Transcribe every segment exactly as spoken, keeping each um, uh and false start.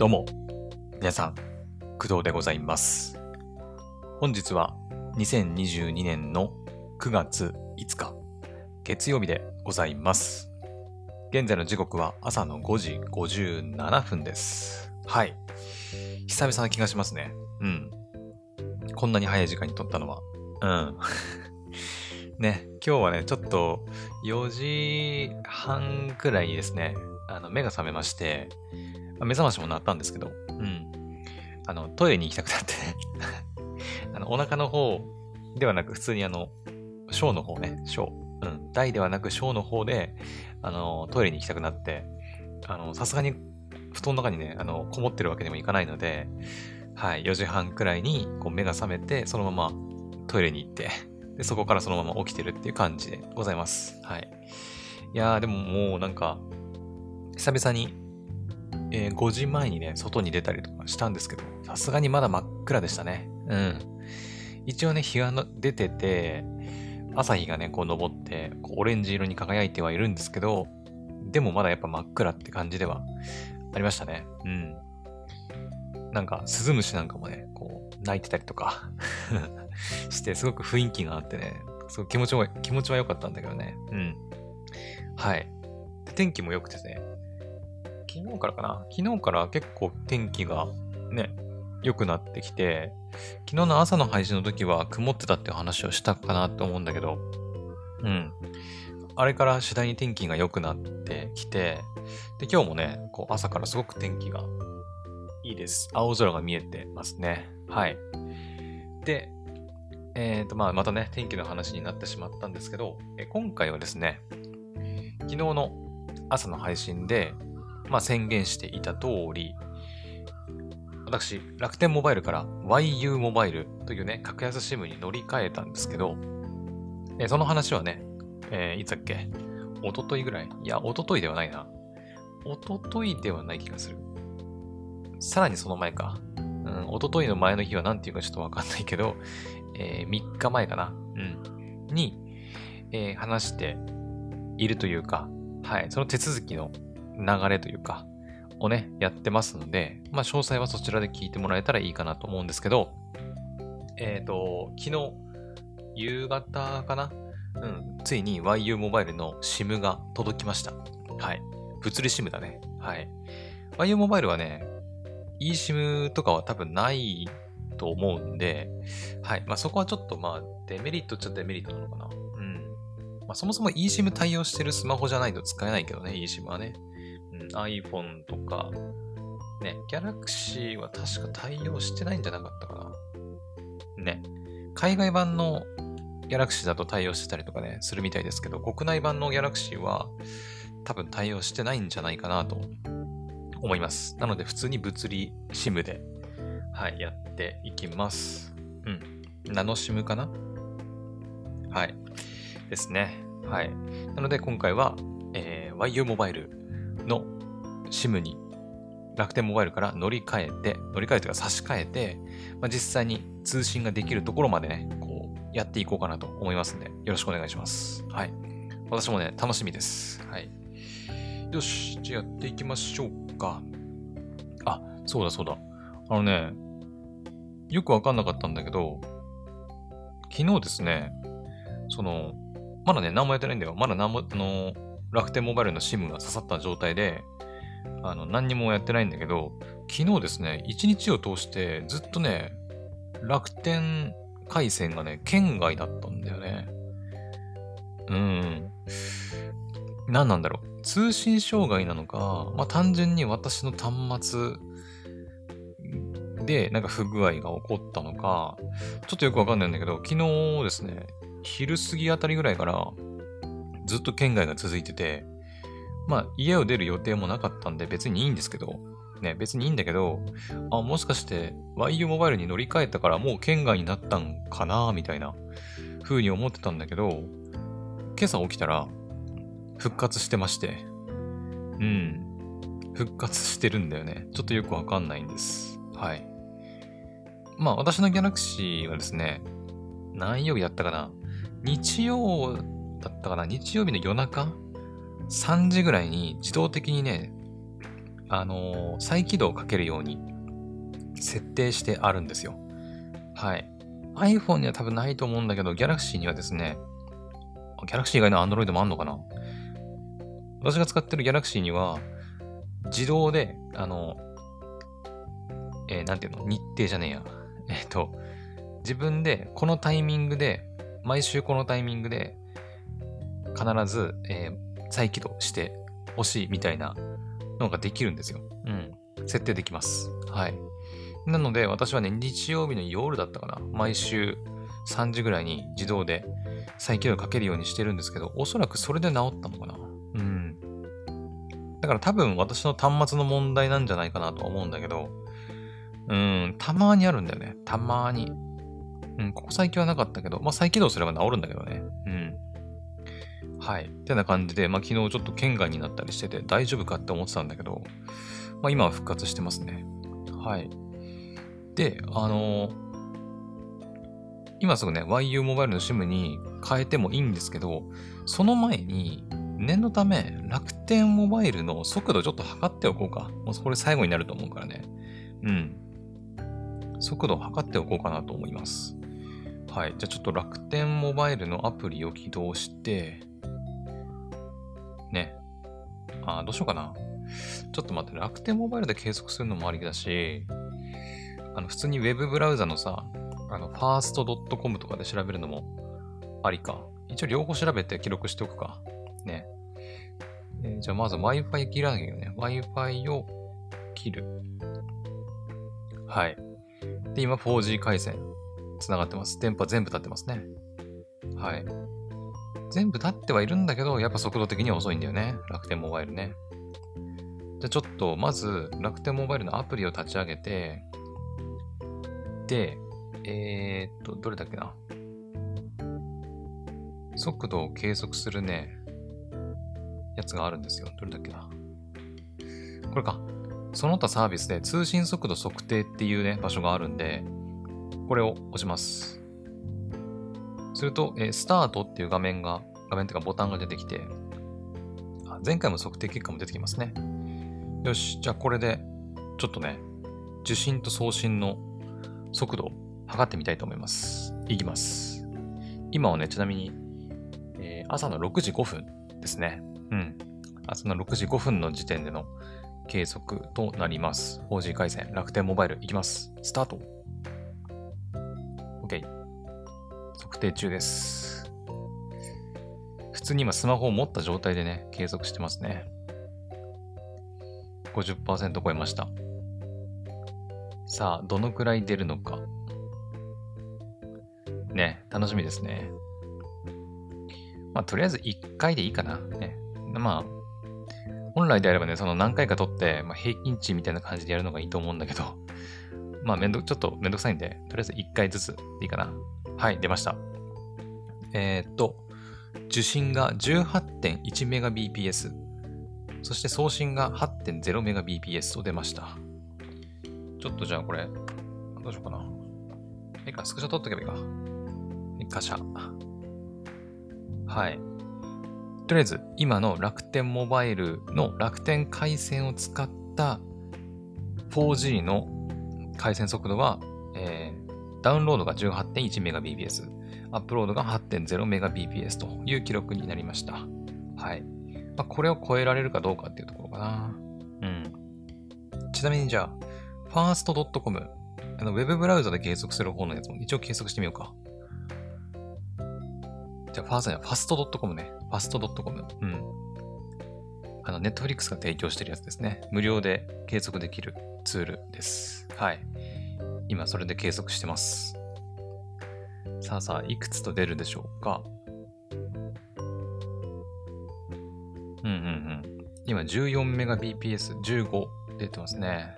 どうも、皆さん、工藤でございます。本日はにせんにじゅうにねんのくがついつか、月曜日でございます。現在の時刻は朝のごじごじゅうななふんです。はい。久々な気がしますね。うん。こんなに早い時間に撮ったのは。うん。ね、今日はね、ちょっとよじはんくらいにですね、あの目が覚めまして、目覚ましも鳴ったんですけど、うん。あの、トイレに行きたくなってね。あの、お腹の方ではなく、普通にあの、小の方ね、小。うん。大ではなく小の方で、あの、トイレに行きたくなって、あの、さすがに布団の中にね、あの、こもってるわけにもいかないので、はい、よじはんくらいにこう目が覚めて、そのままトイレに行って、で、そこからそのまま起きてるっていう感じでございます。はい。いやー、でももうなんか、久々に、えーごじまえにね、外に出たりとかしたんですけど、さすがにまだ真っ暗でしたね。うん。一応ね、日がの出てて、朝日がね、こう昇って、こうオレンジ色に輝いてはいるんですけど、でもまだやっぱ真っ暗って感じではありましたね。うん。なんか、スズムシなんかもね、こう、鳴いてたりとかして、すごく雰囲気があってね、すごく気持ちは、気持ちは良かったんだけどね。うん。はい。で天気も良くてね、昨日からかな昨日から結構天気がね、良くなってきて、昨日の朝の配信の時は曇ってたっていう話をしたかなと思うんだけど、うん。あれから次第に天気が良くなってきて、で、今日もね、こう朝からすごく天気がいいです。青空が見えてますね。はい。で、えっと、まあ、またね、天気の話になってしまったんですけど、え今回はですね、昨日の朝の配信で、まあ、宣言していた通り、私、楽天モバイルから ワイユー モバイルというね、格安 SIM に乗り換えたんですけど、えその話はね、えーいつだっけ一昨日ぐらいいや、一昨日ではないな。一昨日ではない気がする。さらにその前か。うん、一昨日の前の日は何て言うかちょっとわかんないけど、えー、みっかまえかな。うん。に、えー話しているというか、はい、その手続きの流れというか、をね、やってますので、まあ、詳細はそちらで聞いてもらえたらいいかなと思うんですけど、えっと、昨日、夕方かなうん、ついに ワイユー モバイルの SIM が届きました。はい。物理 SIM だね。はい。ワイユー モバイルはね、eSIM とかは多分ないと思うんで、はい。まあ、そこはちょっとまあ、デメリットっちゃデメリットなのかな。うん。まあ、そもそも eSIM 対応してるスマホじゃないと使えないけどね、eSIM はね。うん、iPhone とか、ね、Galaxy は確か対応してないんじゃなかったかな。ね。海外版の Galaxy だと対応してたりとかね、するみたいですけど、国内版の Galaxy は多分対応してないんじゃないかなと思います。なので普通に物理 SIM で、はい、やっていきます。うん。ナノ SIM かなはい。ですね。はい。なので今回は、えー、ワイユー モバイルの SIM に楽天モバイルから乗り換えて、乗り換えというか差し替えて、まあ、実際に通信ができるところまでね、こう、やっていこうかなと思いますんで、よろしくお願いします。はい。私もね、楽しみです。はい。よし、じゃあやっていきましょうか。あ、そうだそうだ。あのね、よくわかんなかったんだけど、昨日ですね、その、まだね、何もやってないんだよ。まだ何も、あの、楽天モバイルの SIM が刺さった状態で、あの、何にもやってないんだけど、昨日ですね、一日を通してずっとね、楽天回線がね、圏外だったんだよね。うーん。何なんだろう。通信障害なのか、まあ単純に私の端末でなんか不具合が起こったのか、ちょっとよくわかんないんだけど、昨日ですね、昼過ぎあたりぐらいからずっと圏外が続いてて、まあ、家を出る予定もなかったんで別にいいんですけど、ね、別にいいんだけど、あ、もしかして ワイユー モバイルに乗り換えたからもう県外になったんかなみたいな風に思ってたんだけど、今朝起きたら復活してまして、うん、復活してるんだよね。ちょっとよくわかんないんです。はい。まあ、私の Galaxy はですね、何曜日だったかな日曜だったかな日曜日の夜中さんじぐらいに自動的にね、 あのー再起動をかけるように設定してあるんですよ。はい。iPhone には多分ないと思うんだけど、Galaxy にはですね、Galaxy 以外の Android もあんのかな。私が使ってる Galaxy には、自動で、あの、えーなんていうの、日程じゃねえや。えっと、自分でこのタイミングで、毎週このタイミングで、必ず、えー再起動してほしいみたいなのができるんですよ。うん。設定できます。はい。なので、私はね、日曜日の夜だったかな。毎週さんじぐらいに自動で再起動かけるようにしてるんですけど、おそらくそれで治ったのかな。うん。だから多分私の端末の問題なんじゃないかなとは思うんだけど、うん、たまにあるんだよね。たまに。うん、ここ最近はなかったけど、まあ再起動すれば治るんだけどね。うん。はい。ってな感じで、まあ昨日ちょっと県外になったりしてて大丈夫かって思ってたんだけど、まあ今は復活してますね。はい。で、あのー今すぐね、ワイユー モバイルの SIM に変えてもいいんですけど、その前に、念のため、楽天モバイルの速度ちょっと測っておこうか。もうこれ最後になると思うからね。うん。速度を測っておこうかなと思います。はい。じゃあちょっと楽天モバイルのアプリを起動して、ね。あー、どうしようかな。ちょっと待って、楽天モバイルで計測するのもありだし、あの、普通にウェブブラウザのさ、あの、ファーストドットコム とかで調べるのもありか。一応両方調べて記録しておくか。ね。えーじゃあまず Wi-Fi 切らなきゃいけないね。Wi-Fi を切る。はい。で、今 フォージー 回線繋がってます。電波全部立ってますね。はい。全部立ってはいるんだけど、やっぱ速度的には遅いんだよね。楽天モバイルね。じゃあちょっと、まず楽天モバイルのアプリを立ち上げて、で、えーっと、どれだっけな。速度を計測するね、やつがあるんですよ。どれだっけな。これか。その他サービスで通信速度測定っていうね、場所があるんで、これを押します。すると、えースタートっていう画面が、画面っていうかボタンが出てきて、あ前回も測定結果も出てきますね。よし、じゃあこれで、ちょっとね、受信と送信の速度を測ってみたいと思います。いきます。今はね、ちなみに、えー朝のろくじごふんですね。うん。朝のろくじごふんの時点での計測となります。フォージー 回線、楽天モバイルいきます。スタート。OK。測定中です。普通に今スマホを持った状態でね、計測してますね。ごじゅっパーセント 超えました。さあ、どのくらい出るのか。ね、楽しみですね。まあ、とりあえずいっかいでいいかな。ね。まあ、本来であればね、その何回か取って、まあ、平均値みたいな感じでやるのがいいと思うんだけど、まあ、めんど、ちょっとめんどくさいんで、とりあえずいっかいずつでいいかな。はい、出ました。えー、っと、受信が じゅうはちてんいちメガビーピーエス、そして送信が はちてんゼロメガビーピーエス と出ました。ちょっとじゃあこれ、どうしようかな。いいか、スクショ撮っとけばいいか。いいかしゃ。はい。とりあえず、今の楽天モバイルの楽天回線を使った フォージー の回線速度は、えー、ダウンロードが じゅうはちてんいちメガビーピーエス、アップロードが はちてんゼロメガビーピーエス という記録になりました。はい。まあ、これを超えられるかどうかっていうところかな。うん。ちなみにじゃあ、ファーストドットコム、あのウェブブラウザで計測する方のやつも一応計測してみようか。じゃあ、ファーストファストドットコムね。ファストドットコム。うん。あの、ネットフリックスが提供してるやつですね。無料で計測できるツールです。はい。今、それで計測してます。さあさあ、いくつと出るでしょうか。うんうんうん。今、じゅうよんメガビーピーエス、じゅうご出てますね。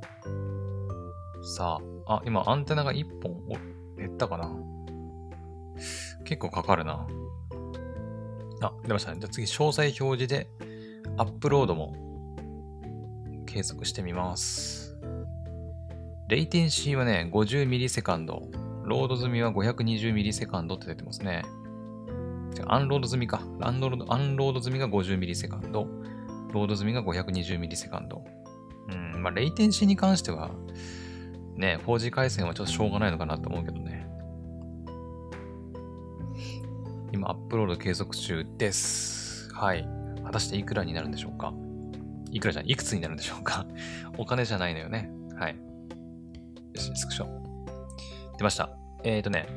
さあ、あ、今、アンテナがいっぽん減ったかな。結構かかるな。あ、出ましたね。じゃあ次、詳細表示で、アップロードも計測してみます。レイテンシーはね、ごじゅうミリセカンド。ロード済みはごひゃくにじゅうミリセカンドって出てますね。アンロード済みか。アンロード、アンロード済みがごじゅうミリセカンド。ロード済みがごひゃくにじゅうミリセカンド。 うん、まあ、レイテンシーに関しては、ね、フォージー 回線はちょっとしょうがないのかなと思うけどね。今、アップロード継続中です。はい。果たしていくらになるんでしょうか？いくらじゃん、いくつになるんでしょうか？お金じゃないのよね。はい。よし、スクショ。出ました。えーとね、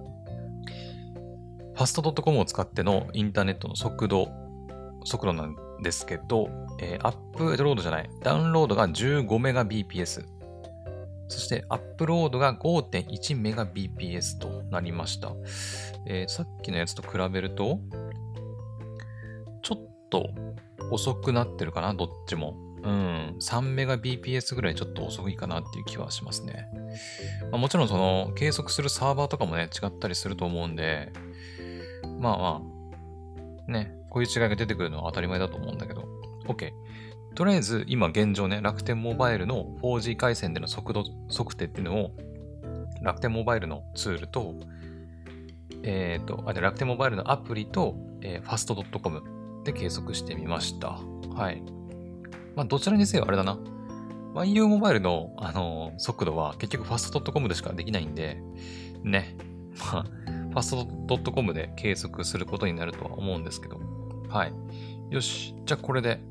ファストドットコム を使ってのインターネットの速度、速度なんですけど、えー、アップロードじゃない、ダウンロードが じゅうごメガビーピーエス。そしてアップロードが ごてんいちメガビーピーエス となりました。えー、さっきのやつと比べると、ちょっと遅くなってるかな、どっちも。うん、さんメガビーピーエス ぐらいちょっと遅いかなっていう気はしますね。まあ、もちろんその計測するサーバーとかもね、違ったりすると思うんで、まあまあ、ね、こういう違いが出てくるのは当たり前だと思うんだけど、OK。とりあえず今現状ね、楽天モバイルの フォージー 回線での速度測定っていうのを、楽天モバイルのツールと、えっ、ー、と、あ、楽天モバイルのアプリと、えー、ファストドットコム で計測してみました。はい。まあ、どちらにせよあれだな。ワイユー モバイルの、あのー、速度は結局ファストドットコムでしかできないんで、ね。まあ、ファストドットコム で計測することになるとは思うんですけど。はい。よし。じゃあこれで、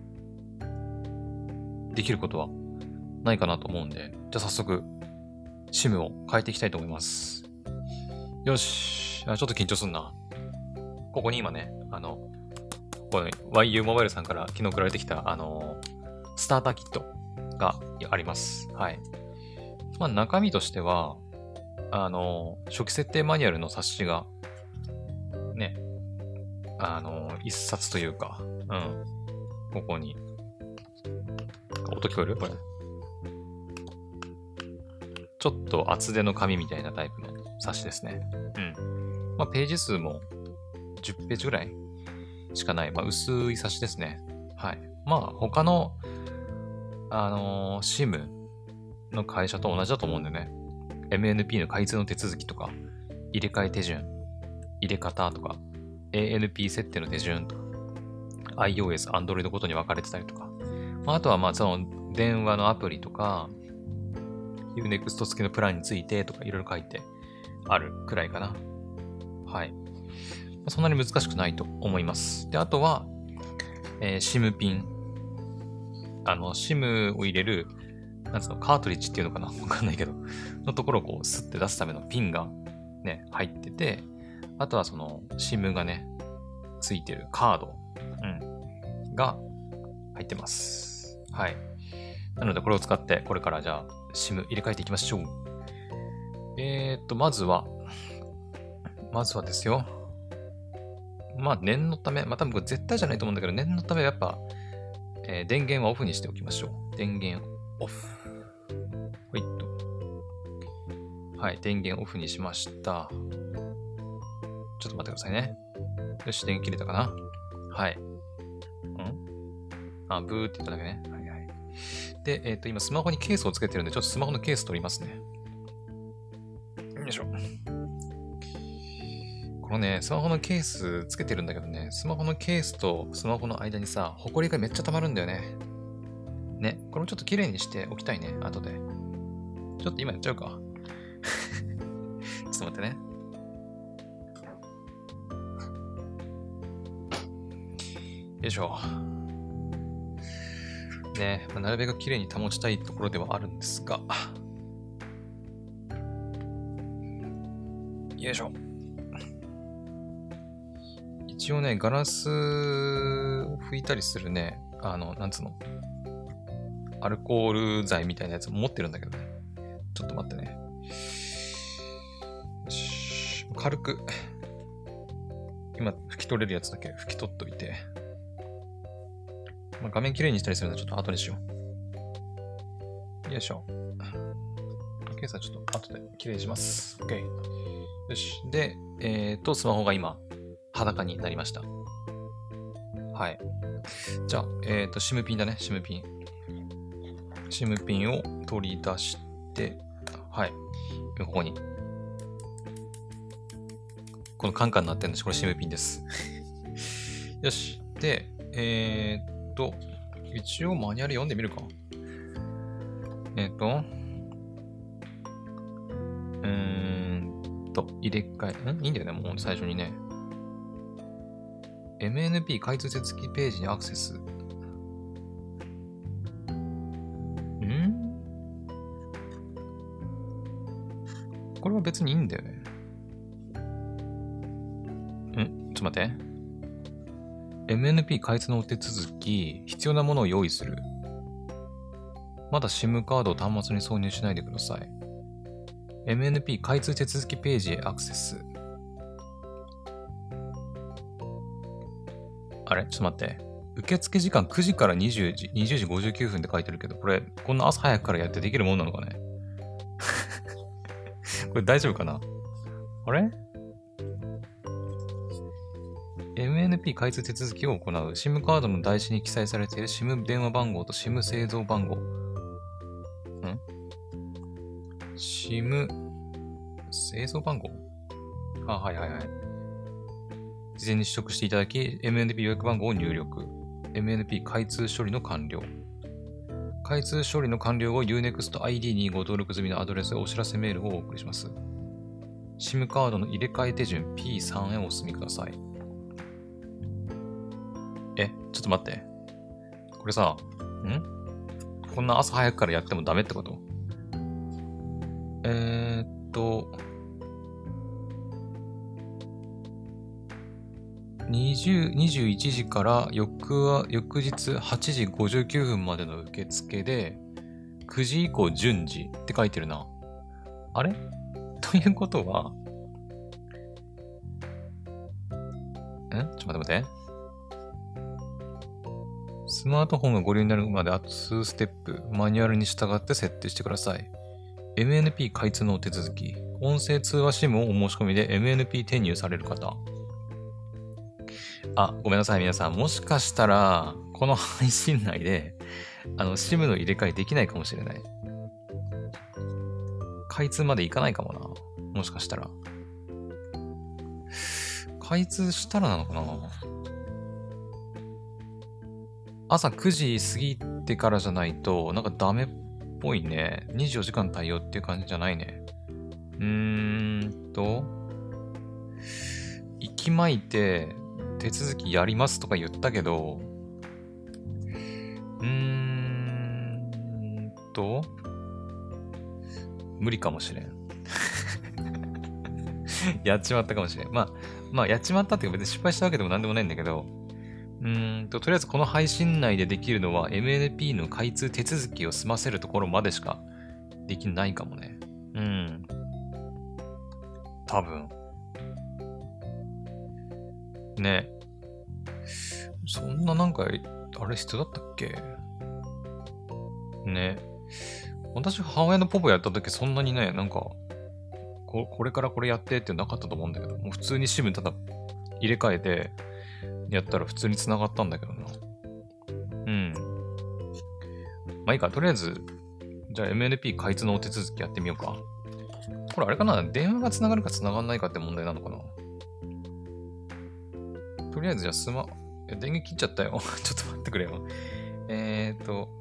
できることはないかなと思うんで、じゃあ早速、SIM を変えていきたいと思います。よし。あ、ちょっと緊張すんな。ここに今ね、あの、この ワイユー モバイルさんから昨日送られてきた、あの、スターターキットがあります。はい。まあ、中身としては、あの、初期設定マニュアルの冊子が、ね、あの、一冊というか、うん、ここに、音聞こえるこれ。ちょっと厚手の紙みたいなタイプの冊子ですね。うん。まあ、ページ数もじゅっページぐらいしかない、まあ、薄い冊子ですね。はい。まあ、他の、あのー、SIM の会社と同じだと思うんでね。エムエヌピー の開通の手続きとか、入れ替え手順、入れ方とか、エーエヌピー 設定の手順とか、iOS、Android ごとに分かれてたりとか、まあ、あとはまあその電話のアプリとか、Unext 付きのプランについてとかいろいろ書いてあるくらいかな。はい。そんなに難しくないと思います。で、あとは、えー、SIM ピン。あの、SIM を入れる、なんつうの、カートリッジっていうのかなわかんないけど、のところをこう、スッて出すためのピンがね、入ってて、あとはその、SIM がね、ついてるカード、うん、が入ってます。はい。なので、これを使って、これからじゃあ、SIM 入れ替えていきましょう。えーっと、まずは、まずはですよ。まあ、念のため、まあ多分これ絶対じゃないと思うんだけど、念のためやっぱ、えー、電源はオフにしておきましょう。電源オフ。ほいっと。はい、電源オフにしました。ちょっと待ってくださいね。よし、電源切れたかな？はい。んあ、ブーって言っただけね。はいはい。で、えっと、今スマホにケースをつけてるんで、ちょっとスマホのケース取りますね。よいしょ。このね、スマホのケースつけてるんだけどね、スマホのケースとスマホの間にさ、ホコリがめっちゃ溜まるんだよね。ね、これもちょっと綺麗にしておきたいね、後で。ちょっと今やっちゃうか。ちょっと待ってね。よいしょ。ね、まあ、なるべく綺麗に保ちたいところではあるんですが。よいしょ。一応ね、ガラスを拭いたりするね、あの、なんつうの、アルコール剤みたいなやつも持ってるんだけどね。ちょっと待ってね。よし、軽く、今拭き取れるやつだけ拭き取っといて。まあ、画面きれいにしたりするのはちょっと後にしよう。よいしょ。ケースはちょっと後できれいにします。OK。よし。で、えっと、スマホが今、裸になりました。はい。じゃあ、えっと、SIM ピンだね、SIM ピン。SIM ピンを取り出して、はい。ここに。このカンカンになってるんです。これ SIM ピンです。よし。で、えー、っと、一応マニュアル読んでみるか。 えっ、ー、と、うーんと、入れ替え、んいいんだよね、もう最初にね。エムエヌピー 開通手続きページにアクセス。んこれは別にいいんだよね。んちょっと待って。エムエヌピー 開通のお手続き、必要なものを用意する。まだ SIM カードを端末に挿入しないでください。エムエヌピー 開通手続きページへアクセス。あれちょっと待って。受付時間くじからにじゅうじ、にじゅうじごじゅうきゅうふんって書いてるけど、これ、こんな朝早くからやってできるもんなのかねこれ大丈夫かなあれ エムエヌピー 開通手続きを行う。SIM カードの台紙に記載されている SIM 電話番号と SIM 製造番号。ん ?SIM 製造番号あ、はいはいはい。事前に取得していただき、エムエヌピー 予約番号を入力。エムエヌピー 開通処理の完了。開通処理の完了後、ユーネクストアイディー にご登録済みのアドレスへお知らせメールをお送りします。SIM カードの入れ替え手順 ピースリー へお進みください。え、ちょっと待って。これさ、んこんな朝早くからやってもダメってこと？えーっと、にじゅう、にじゅういちじから翌は、翌日はちじごじゅうきゅうふんまでの受付で、くじ以降順次って書いてるな。あれということは、んちょっと待って待って。スマートフォンがご利用になるまであと数ステップ、マニュアルに従って設定してください。エムエヌピー 開通のお手続き。音声通話 SIM をお申し込みで エムエヌピー 転入される方。あ、ごめんなさい皆さん。もしかしたら、この配信内で、あの、SIM の入れ替えできないかもしれない。開通までいかないかもな。もしかしたら。開通したらなのかな？朝くじ過ぎてからじゃないと、なんかダメっぽいね。にじゅうよじかん対応っていう感じじゃないね。うーんと、息巻いて手続きやりますとか言ったけど、うーんと、無理かもしれん。やっちまったかもしれん。まあ、まあ、やっちまったっていうか別に失敗したわけでもなんでもないんだけど、うーんと、とりあえずこの配信内でできるのは エムエヌピー の開通手続きを済ませるところまでしかできないかもね。うん。多分。ね。そんななんか、あれ必要だったっけね。私、母親のポポやった時そんなにね、なんか、ここれからこれやってってなかったと思うんだけど、もう普通に SIM ただ入れ替えて、やったら普通に繋がったんだけどな。うん。まあいいか、とりあえず、じゃあ エムエヌピー 開通のお手続きやってみようか。これあれかな？電話が繋がるか繋がんないかって問題なのかな？とりあえずじゃあスマ、電源切っちゃったよ。ちょっと待ってくれよ。えーと、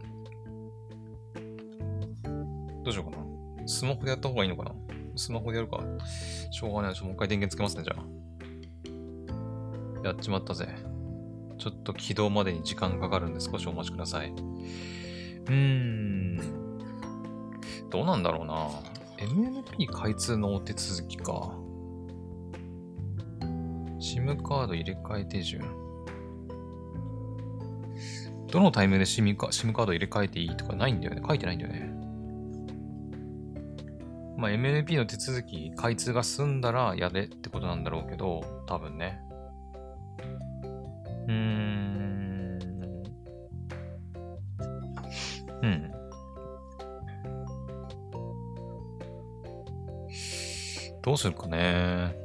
どうしようかな。スマホでやった方がいいのかな？スマホでやるか。しょうがない。ちょっともう一回電源つけますね、じゃあ。やっちまったぜ。ちょっと起動までに時間かかるんで少しお待ちください。うーん。どうなんだろうな。エムエヌピー 開通のお手続きか。SIM カード入れ替え手順。どのタイミングで SIM カード入れ替えていいとかないんだよね。書いてないんだよね。まあ、エムエヌピー の手続き、開通が済んだらやれってことなんだろうけど、多分ね。うーん。うん。どうするかね。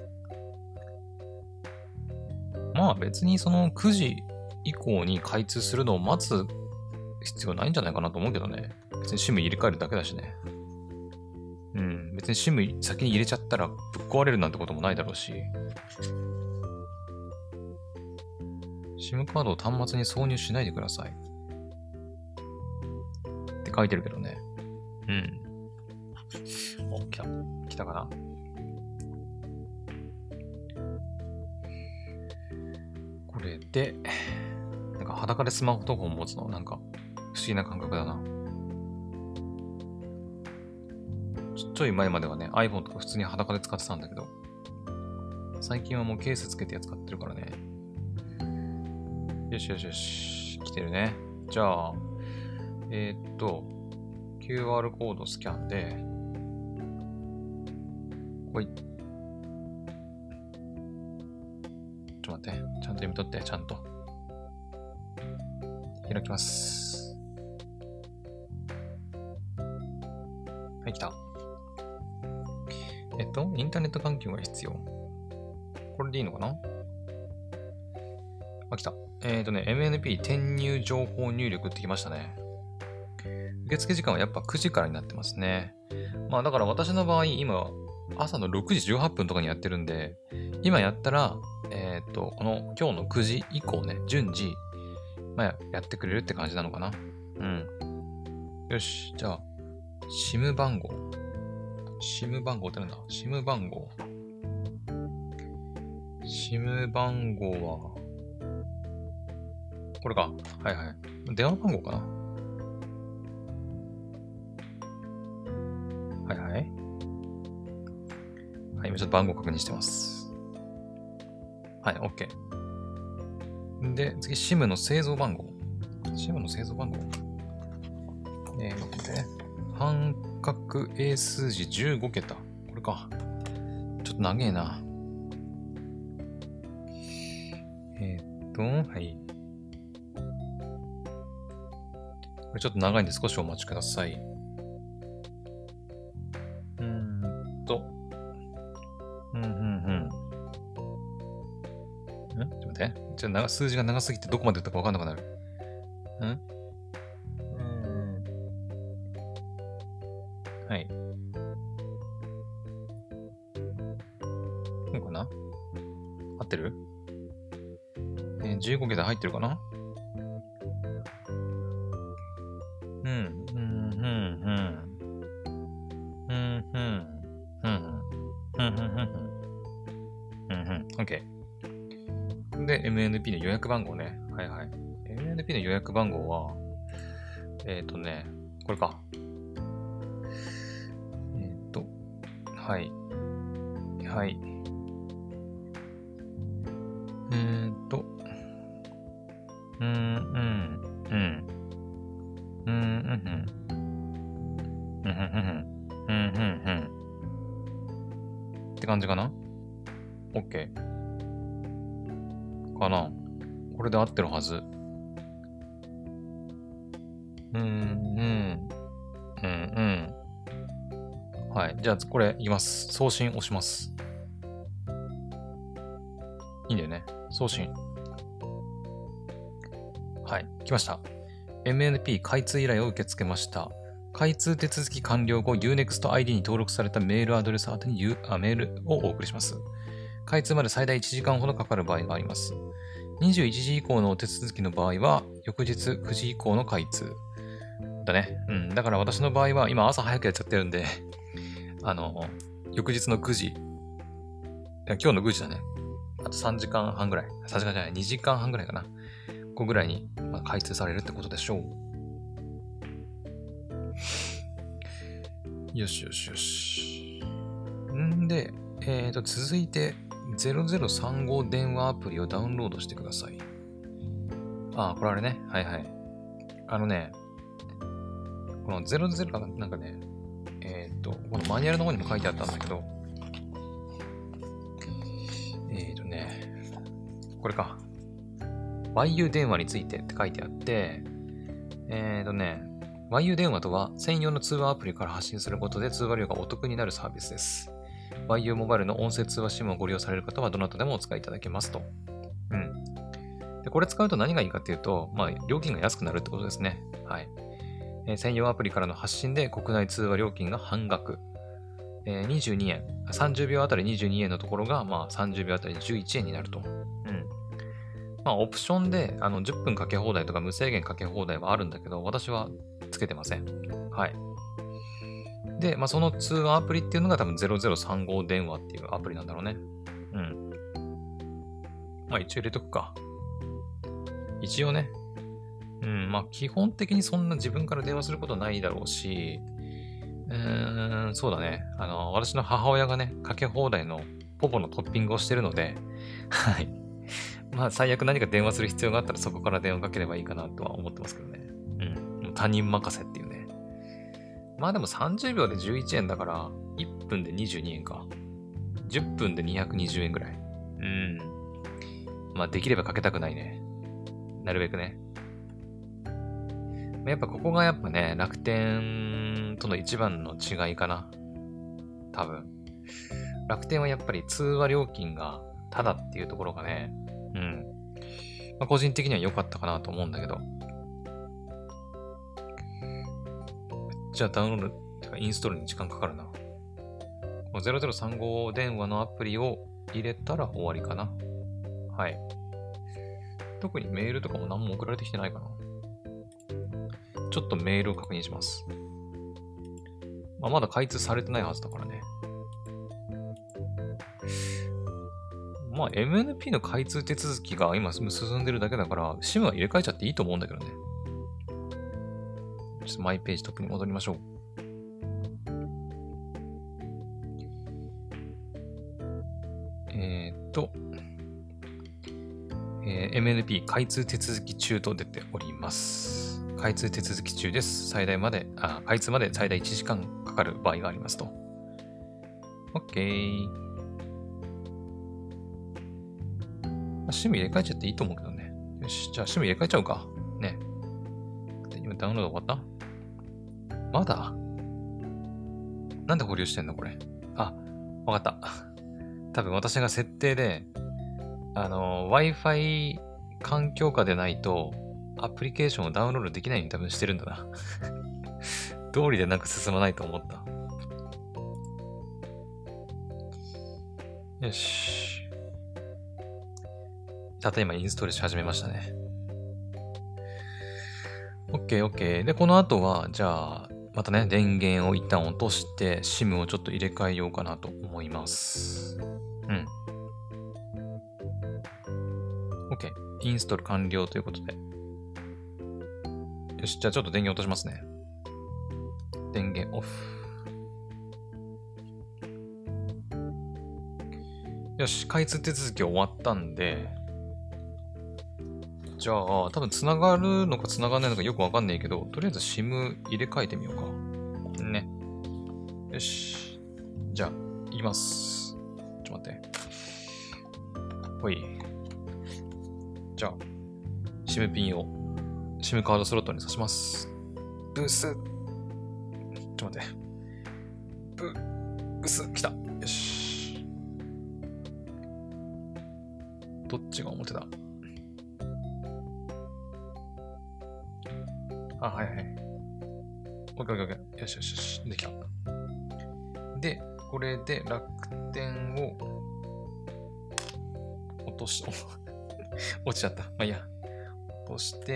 まあ別にそのくじ以降に開通するのを待つ必要ないんじゃないかなと思うけどね。別に SIM 入れ替えるだけだしね。うん。別に SIM 先に入れちゃったらぶっ壊れるなんてこともないだろうし。SIM カードを端末に挿入しないでください。って書いてるけどね。 うん。お、来た。来たかな。これで、なんか裸でスマホとかを持つの、なんか不思議な感覚だな。ちょ、ちょい前まではね、iPhone とか普通に裸で使ってたんだけど、最近はもうケースつけて使ってるからね。よしよしよし。来てるね。じゃあ、えー、っと、キューアール コードスキャンで、ほい。ちょっと待って。ちゃんと読み取って、ちゃんと。開きます。はい、来た。えっと、インターネット環境が必要。これでいいのかな。あ、来た。えっ、ー、とね、エムエヌピー 転入情報入力ってきましたね。受付時間はやっぱくじからになってますね。まあだから私の場合、今、朝のろくじじゅうはっぷんとかにやってるんで、今やったら、えっ、ー、と、この今日のくじ以降ね、順次、まあやってくれるって感じなのかな。うん。よし、じゃあ、SIM 番号。SIM 番号ってなんだ ?SIM 番号。SIM 番号は、これか。はいはい。電話番号かな。はいはい。はい、今ちょっと番号確認してます。はい、OK。で、次、SIM の製造番号。SIM の製造番号。えー、待ってね。半角英数字じゅうごけた。これか。ちょっと長えな。えー、っと、はい。これちょっと長いんで少しお待ちください。うーんと。うん、うん、うん。んちょっと待って。ちょっと数字が長すぎてどこまで言ったかわかんなくなる。んうん。はい。こうかな合ってる？えー、じゅうごけた入ってるかな？うん、うん、うん、うん。うん、うん、うん、うん、うん、うん、うん、うん、OK。で、エムエヌピー の予約番号ね。はいはい。エムエヌピー の予約番号は、えっ、ー、とね、これか。えっ、ー、と、はい。はい。うーんと、うーん、うん、うん。うん、うん、うん。うん、うん、うん、うん、うん。って感じかな ?OK。かなこれで合ってるはず。うーん、うん、うん、うん。はい。じゃあ、これ、いきます。送信押します。いいんだよね。送信。はい。来ました。エムエヌピー 開通依頼を受け付けました。開通手続き完了後、ユーネクストアイディー に登録されたメールアドレス宛てにあメールをお送りします。開通まで最大いちじかんほどかかる場合があります。にじゅういちじ以降の手続きの場合は、翌日くじ以降の開通。だね。うん。だから私の場合は、今朝早くやっちゃってるんで、あの、翌日のくじ、今日のくじだね。あとさんじかんはんぐらい。さんじかんじゃない、にじかんはんぐらいかな。こぐらいに開通されるってことでしょう。よしよしよし。んで、えーと、続いて、ゼロゼロさんご電話アプリをダウンロードしてください。ああ、これあれね。はいはい。あのね、このゼロゼロ、なんかね、えっと、このマニュアルの方にも書いてあったんだけど、えっとね、これか。ワイユー 電話についてって書いてあって、えっとね、ワイユー 電話とは専用の通話アプリから発信することで通話料がお得になるサービスです。ワイユー モバイルの音声通話 SIM をご利用される方はどなたでもお使いいただけますと。うん。で、これ使うと何がいいかっていうと、まあ、料金が安くなるってことですね。はい。えー、専用アプリからの発信で国内通話料金が半額。えー、にじゅうにえん。さんじゅうびょうあたりにじゅうにえんのところが、まあ、さんじゅうびょうあたりじゅういちえんになると。うん。まあ、オプションであのじゅっぷんかけ放題とか無制限かけ放題はあるんだけど、私はつけてません。はい。 で、まあ、その通話アプリっていうのが多分ゼロゼロさんご電話っていうアプリなんだろうね。うん。まあ一応入れとくか。一応ね。うん、まあ基本的にそんな自分から電話することないだろうし、うーん、そうだね。あの、私の母親がね、かけ放題のポポのトッピングをしてるので、はい。まあ最悪何か電話する必要があったらそこから電話かければいいかなとは思ってますけどね。うん。もう他人任せっていうね。まあでもさんじゅうびょうでじゅういちえんだから、いっぷんでにじゅうにえんか。じゅっぷんでにひゃくにじゅうえんぐらい。うん。まあできればかけたくないね。なるべくね。やっぱここがやっぱね、楽天との一番の違いかな。多分。楽天はやっぱり通話料金がタダっていうところがね、うん。まあ、個人的には良かったかなと思うんだけど。じゃあダウンロード、てかインストールに時間かかるな。このゼロゼロさんご電話のアプリを入れたら終わりかな。はい。特にメールとかも何も送られてきてないかな。ちょっとメールを確認します。まあ、まだ開通されてないはずだからね。まあ エムエヌピー の開通手続きが今進んでるだけだから、SIM は入れ替えちゃっていいと思うんだけどね。ちょっとマイページトップに戻りましょう。えーっと、えー、エムエヌピー 開通手続き中と出ております。開通手続き中です。最大まで、あ、開通まで最大いちじかんかかる場合がありますと。OK。SIM 入れ替えちゃっていいと思うけどね。よし、じゃあ SIM 入れ替えちゃうか。ね。で今ダウンロード終わったまだなんで保留してんのこれ。あ、わかった。多分私が設定で、あの、Wi-Fi 環境下でないと、アプリケーションをダウンロードできないように多分してるんだな。通りでなんか進まないと思った。よし。たった今インストールし始めましたね。OK、OK。で、この後は、じゃあ、またね、電源を一旦落として、SIM をちょっと入れ替えようかなと思います。うん。OK。インストール完了ということで。よし、じゃあちょっと電源落としますね。電源オフ。よし、開通手続き終わったんで、じゃあ、多分繋がるのか繋がらないのかよくわかんないけど、とりあえず SIM 入れ替えてみようか。ね。よし。じゃあ、いきます。ちょっと待って。ほい。じゃあ、SIM ピンを SIM カードスロットに挿します。ブス。ちょっと待って。ブ、ブス、来た。よし。どっちが表だあ、はいはい。オッケーオッケーオッケー。よしよしよし。できた。で、これで楽天を落とし、落ちちゃった。まあいいや。落として、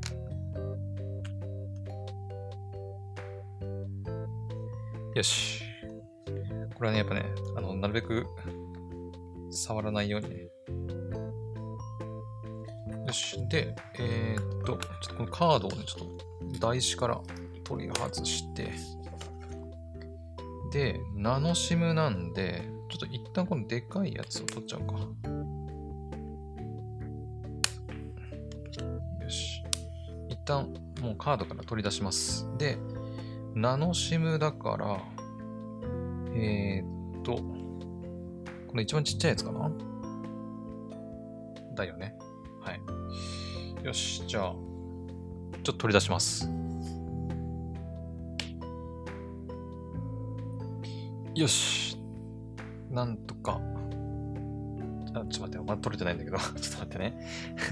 よし。これはね、やっぱね、あの、なるべく触らないようにね。よし。で、えー、っと、ちょっとこのカードをね、ちょっと台紙から取り外して、で、ナノシムなんで、ちょっと一旦このでかいやつを取っちゃうか。よし。一旦もうカードから取り出します。で、ナノシムだから、えー、っと、この一番ちっちゃいやつかなだよね。はい。よし、じゃあ、ちょっと取り出します。よし。なんとか。あ、ちょっと待って、まだ取れてないんだけど。ちょっと待ってね。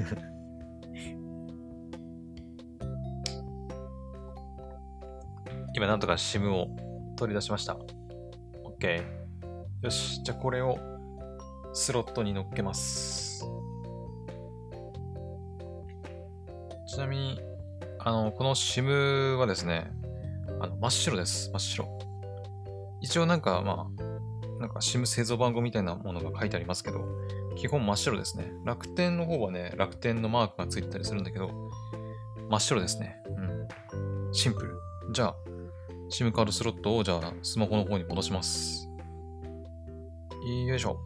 今なんとか SIM を取り出しました。OK。よし。じゃあこれをスロットに乗っけます。ちなみに、あの、この SIM はですね、あの真っ白です。真っ白。 一応なんかまあ、なんか SIM 製造番号みたいなものが書いてありますけど、基本真っ白ですね。楽天の方はね、楽天のマークがついてたりするんだけど、真っ白ですね。うん。シンプル。じゃあ、SIM カードスロットをじゃあスマホの方に戻します。よいしょ。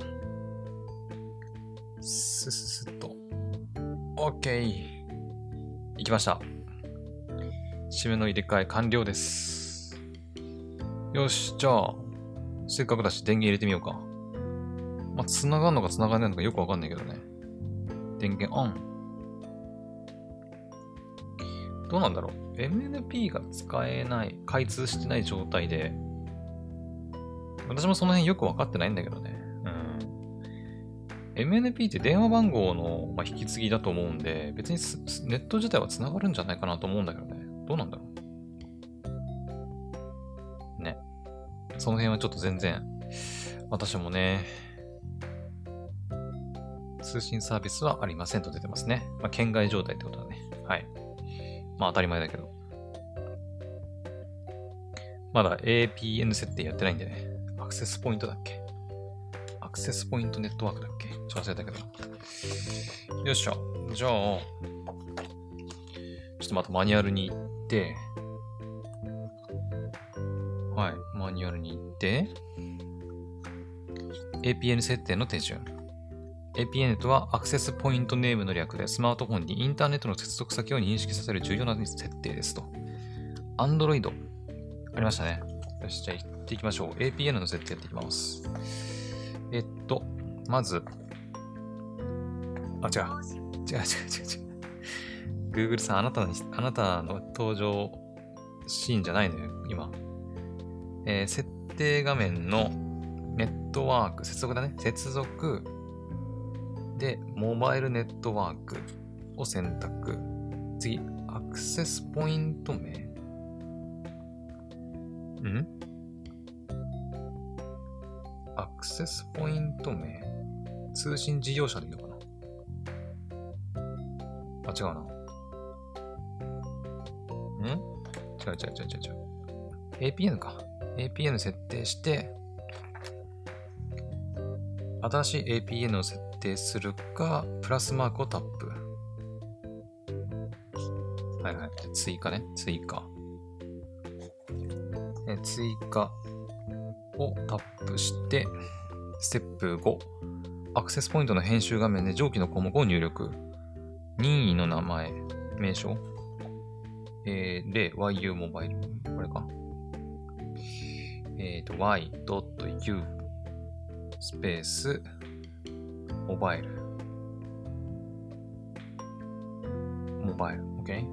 スッスッと。OK。いきました。SIM の入れ替え完了です。よし、じゃあ、せっかくだし電源入れてみようか。まあ、繋がんのか繋がんないのかよくわかんないけどね。電源オン。どうなんだろう。エムエヌピー が使えない、開通してない状態で、私もその辺よくわかってないんだけどね。うん。エムエヌピー って電話番号の、まあ、引き継ぎだと思うんで、別にネット自体は繋がるんじゃないかなと思うんだけどね。どうなんだろう。ね。その辺はちょっと全然、私もね、通信サービスはありませんと出てますね。まあ、圏外状態ってことだね。はい。まあ当たり前だけど。まだ エーピーエヌ 設定やってないんでね。アクセスポイントだっけアクセスポイントネットワークだっけちょっと忘れたけど。よっしゃ。じゃあ、ちょっとまたマニュアルに行って、はい。マニュアルに行って、エーピーエヌ 設定の手順。エーピーエヌ とはアクセスポイントネームの略で、スマートフォンにインターネットの接続先を認識させる重要な設定ですと。Android。ありましたね。よし、じゃあ行っていきましょう。エーピーエヌ の設定やっていきます。えっと、まず、あ、違う。違う違う違う違う。Google さん、あなたに、あなたの登場シーンじゃないのよ、今。えー、設定画面のネットワーク、接続だね。接続。で、モバイルネットワークを選択。次、アクセスポイント名。んアクセスポイント名通信事業者でいいのかなあ、違うな。ん違う違う違う違う違う。エーピーエヌ か。エーピーエヌ 設定して、新しい エーピーエヌ を設定するか、プラスマークをタップ。はいはい。追加ね。追加。え追加をタップして、ステップご。アクセスポイントの編集画面で上記の項目を入力。任意の名前、名称。えー、例、ワイユー モバイル。これか。えっ、ー、と、y.u スペース、モバイル。モバイル。OK?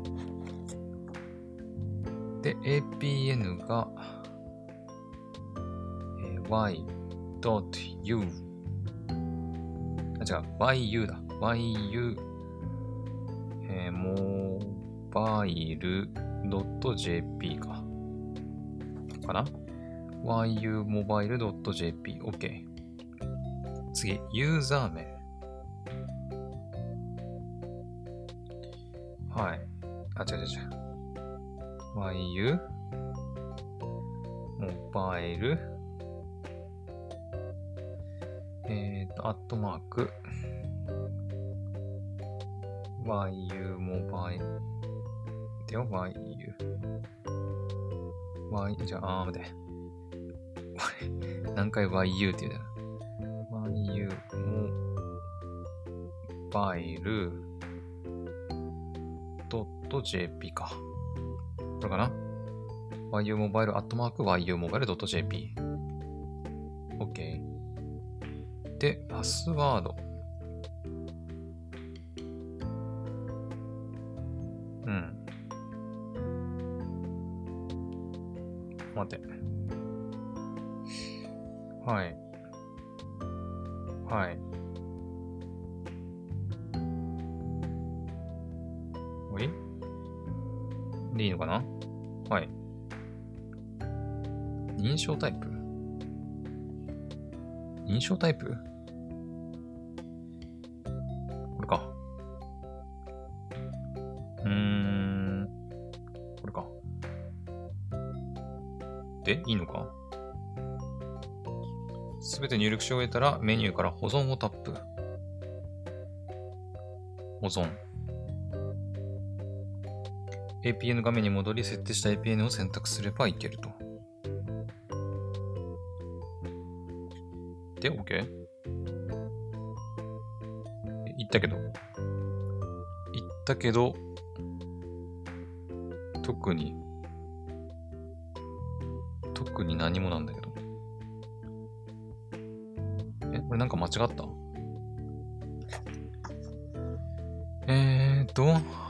で、エーピーエヌ が、えー、y.u あ、違う、yu だ。yu、えー、モバイル .jp か。かな ?yu モバイル .jp。OK。次、ユーザー名。はい。あ、違う違う違う。yu モバイルえっと、アットマーク yu モバイルでよ、yu y じゃあ、あー待って。何回 yu って言うんだよ。yu モバイル .jp か。これかな ?yu モバイルアットマーク yu モバイル .jp。OK。で、パスワード。うん。待って。はい。はい。おいでいいのかなはい。認証タイプ認証タイプこれか。うーん。これか。で、いいのかすべて入力し終えたらメニューから保存をタップ。保存。エーピーエヌ 画面に戻り、設定した エーピーエヌ を選択すればいけると。で、OK？ 言ったけど。言ったけど、特に、特に何もなんだけど。え、これなんか間違った？えーっと、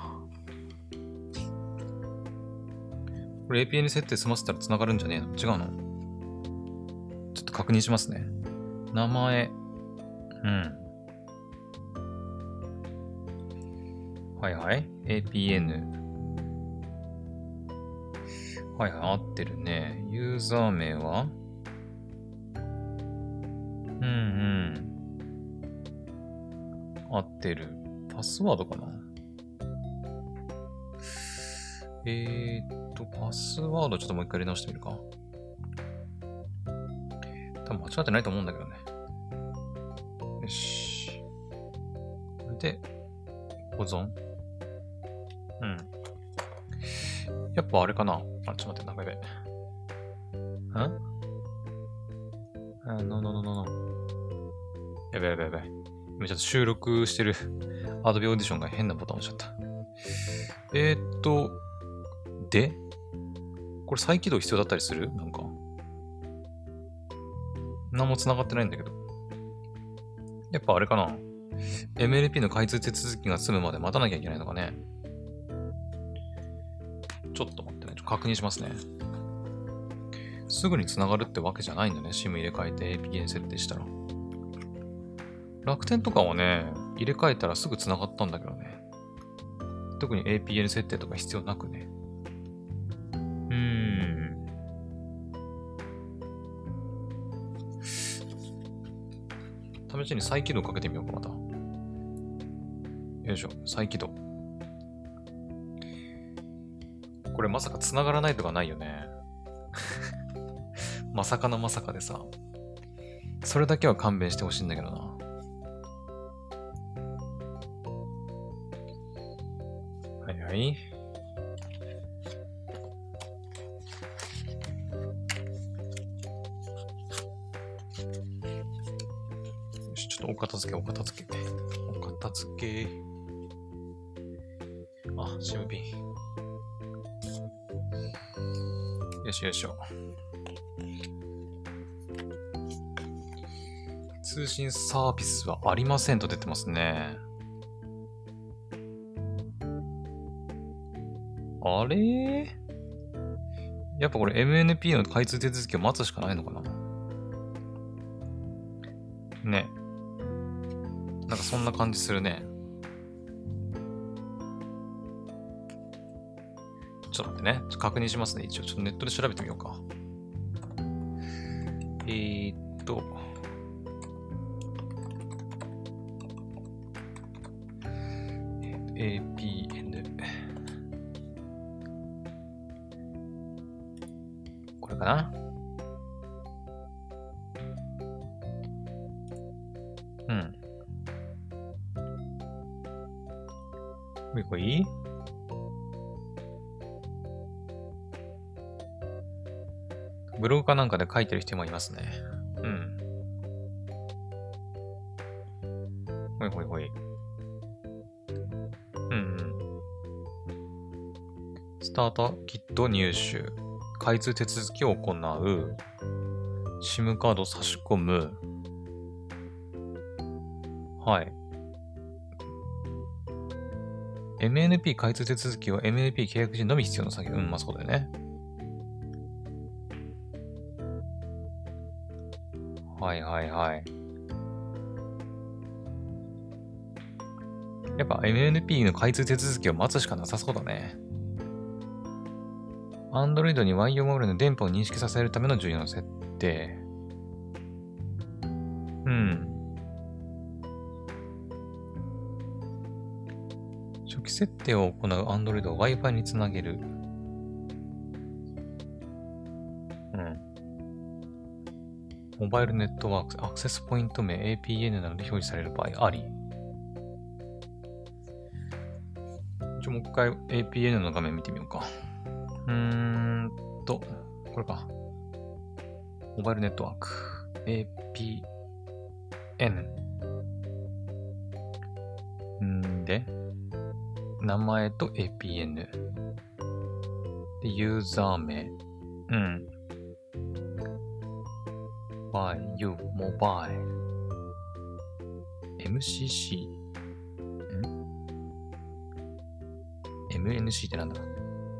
これ エーピーエヌ 設定済ませたら繋がるんじゃねえの？違うの？ちょっと確認しますね。名前。うん。はいはい。エーピーエヌ。はいはい、合ってるね。ユーザー名はうんうん。合ってる。パスワードかな？えーっと、パスワードちょっともう一回入れ直してみるか。多分間違ってないと思うんだけどね。よし。これで、保存。うん。やっぱあれかな。あ、ちょっと待って、なんかやべ。んあ、no, no, no, no, no. やべやべやべ。今ちょっと収録してる Adobe Audition が変なボタン押しちゃった。えーっと、でこれ再起動必要だったりする？なんか。何も繋がってないんだけど。やっぱあれかな。エムエルピー の開通手続きが済むまで待たなきゃいけないのかね。ちょっと待ってね。ちょっと確認しますね。すぐに繋がるってわけじゃないんだね。SIM 入れ替えて エーピーエヌ 設定したら。楽天とかはね、入れ替えたらすぐ繋がったんだけどね。特に エーピーエヌ 設定とか必要なくね。うーん。試しに再起動かけてみようか、また。よいしょ、再起動。これまさか繋がらないとかないよね。まさかのまさかでさ。それだけは勘弁してほしいんだけどな。はいはい。よし、ちょっとお片付け、お片付け。お片付け。あ、シムピン。よしよしょ。通信サービスはありませんと出てますね。あれ？やっぱこれ エムエヌピー の開通手続きを待つしかないのかな？ね。なんかそんな感じするね。ちょっと待ってね。ちょっと確認しますね。一応ちょっとネットで調べてみようか。えーっと。エーピーエヌ。これかな？うん。これこれいい？ブログかなんかで書いてる人もいますね。うん。ほいほいほい。うんうん。スタートキット入手。開通手続きを行う。SIM カードを差し込む。はい。エムエヌピー 開通手続きは エムエヌピー 契約時のみ必要な作業。うん、まあそうだよね。はいはいはい。やっぱ エムエヌピー の開通手続きを待つしかなさそうだね。Android に ワイオー モバイルの電波を認識させるための重要な設定。うん。初期設定を行う Android を Wi-Fi につなげる。うん。 モバイルネットワーク、アクセスポイント名 エーピーエヌ などで表示される場合あり。ちょ、もう一回 エーピーエヌ の画面見てみようか。うーんと、これか。モバイルネットワーク。エーピーエヌ。んで、名前と エーピーエヌ。で、ユーザー名。うん。by you mobile。エムシーシー。ん エムエヌシー ってなんだ？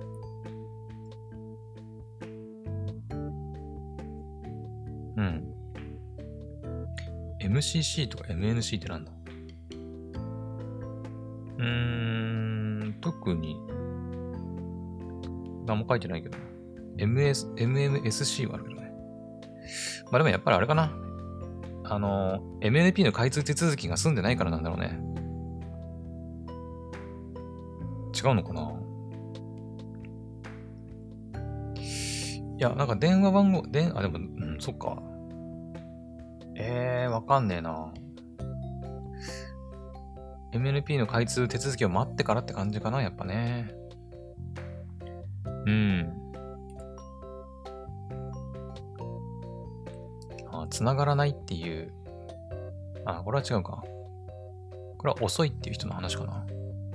うん。エムシーシー とか エムエヌシー ってなんだ？うーん、特に何も書いてないけどな。エムエス、エムエムエスシー はあるけどね。まあでもやっぱりあれかな。あの、エムエヌピー の開通手続きが済んでないからなんだろうね。違うのかな？いや、なんか電話番号、でん、あ、でも、うん、そっか。えー、わかんねえな。エムエヌピー の開通手続きを待ってからって感じかな、やっぱね。うん。あ、繋がらないっていう。あ、これは違うか。これは遅いっていう人の話かな。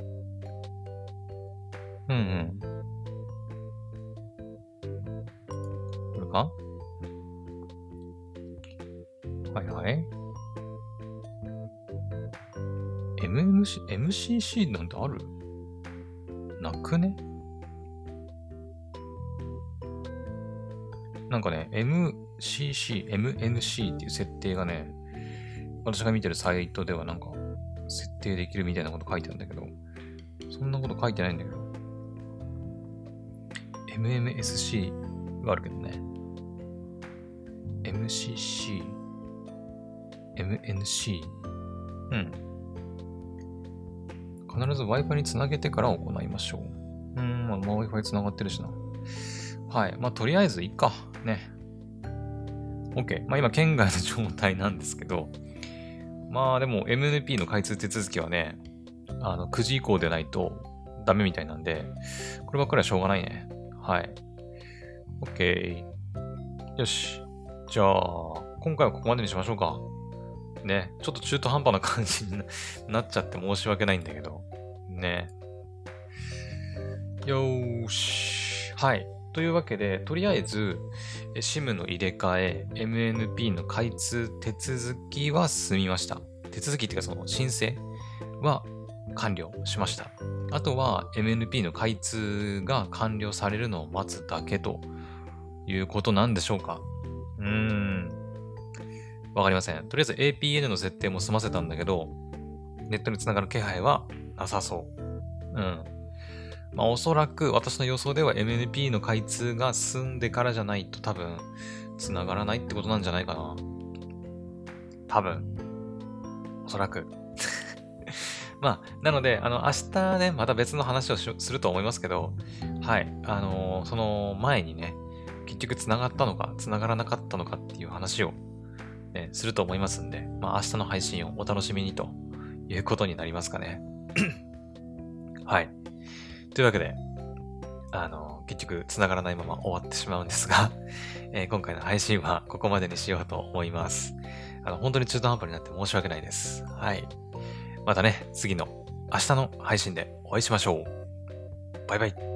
うんうん。これか？はいはい。エムエムシー、エムシーシー なんてある？なくね？なんかね、エムシーシー、エムエヌシー っていう設定がね、私が見てるサイトではなんか、設定できるみたいなこと書いてあるんだけど、そんなこと書いてないんだけど、エムエムエスシー はあるけどね。エムシーシー、エムエヌシー、うん。必ず Wi-Fi につなげてから行いましょう。うーん、まあ、Wi-Fi つながってるしな。はい。まあ、とりあえずいいか。ね。OK。まあ、今、県外の状態なんですけど、まあ、でも エムエヌピー の開通手続きはね、あの、くじ以降でないとダメみたいなんで、こればっかりはしょうがないね。はい。OK。よし。じゃあ、今回はここまでにしましょうか。ね。ちょっと中途半端な感じになっちゃって申し訳ないんだけど。ね。よーし。はい。というわけで、とりあえず、SIM の入れ替え、エムエヌピー の開通手続きは済みました。手続きっていうかその申請は完了しました。あとは エムエヌピー の開通が完了されるのを待つだけということなんでしょうか。うーん。わかりません。とりあえず エーピーエヌ の設定も済ませたんだけど、ネットにつながる気配はなさそう。うん。まあおそらく私の予想では エムエヌピー の開通が済んでからじゃないと多分繋がらないってことなんじゃないかな。多分。おそらく。まあ、なので、あの、明日ね、また別の話をすると思いますけど、はい。あのーその前にね、結局繋がったのか、繋がらなかったのかっていう話を、ね、すると思いますんで、まあ明日の配信をお楽しみにということになりますかね。はい。というわけで、あの、結局繋がらないまま終わってしまうんですが、えー今回の配信はここまでにしようと思います。あの、本当に中途半端になって申し訳ないです。はい。またね、次の明日の配信でお会いしましょう。バイバイ。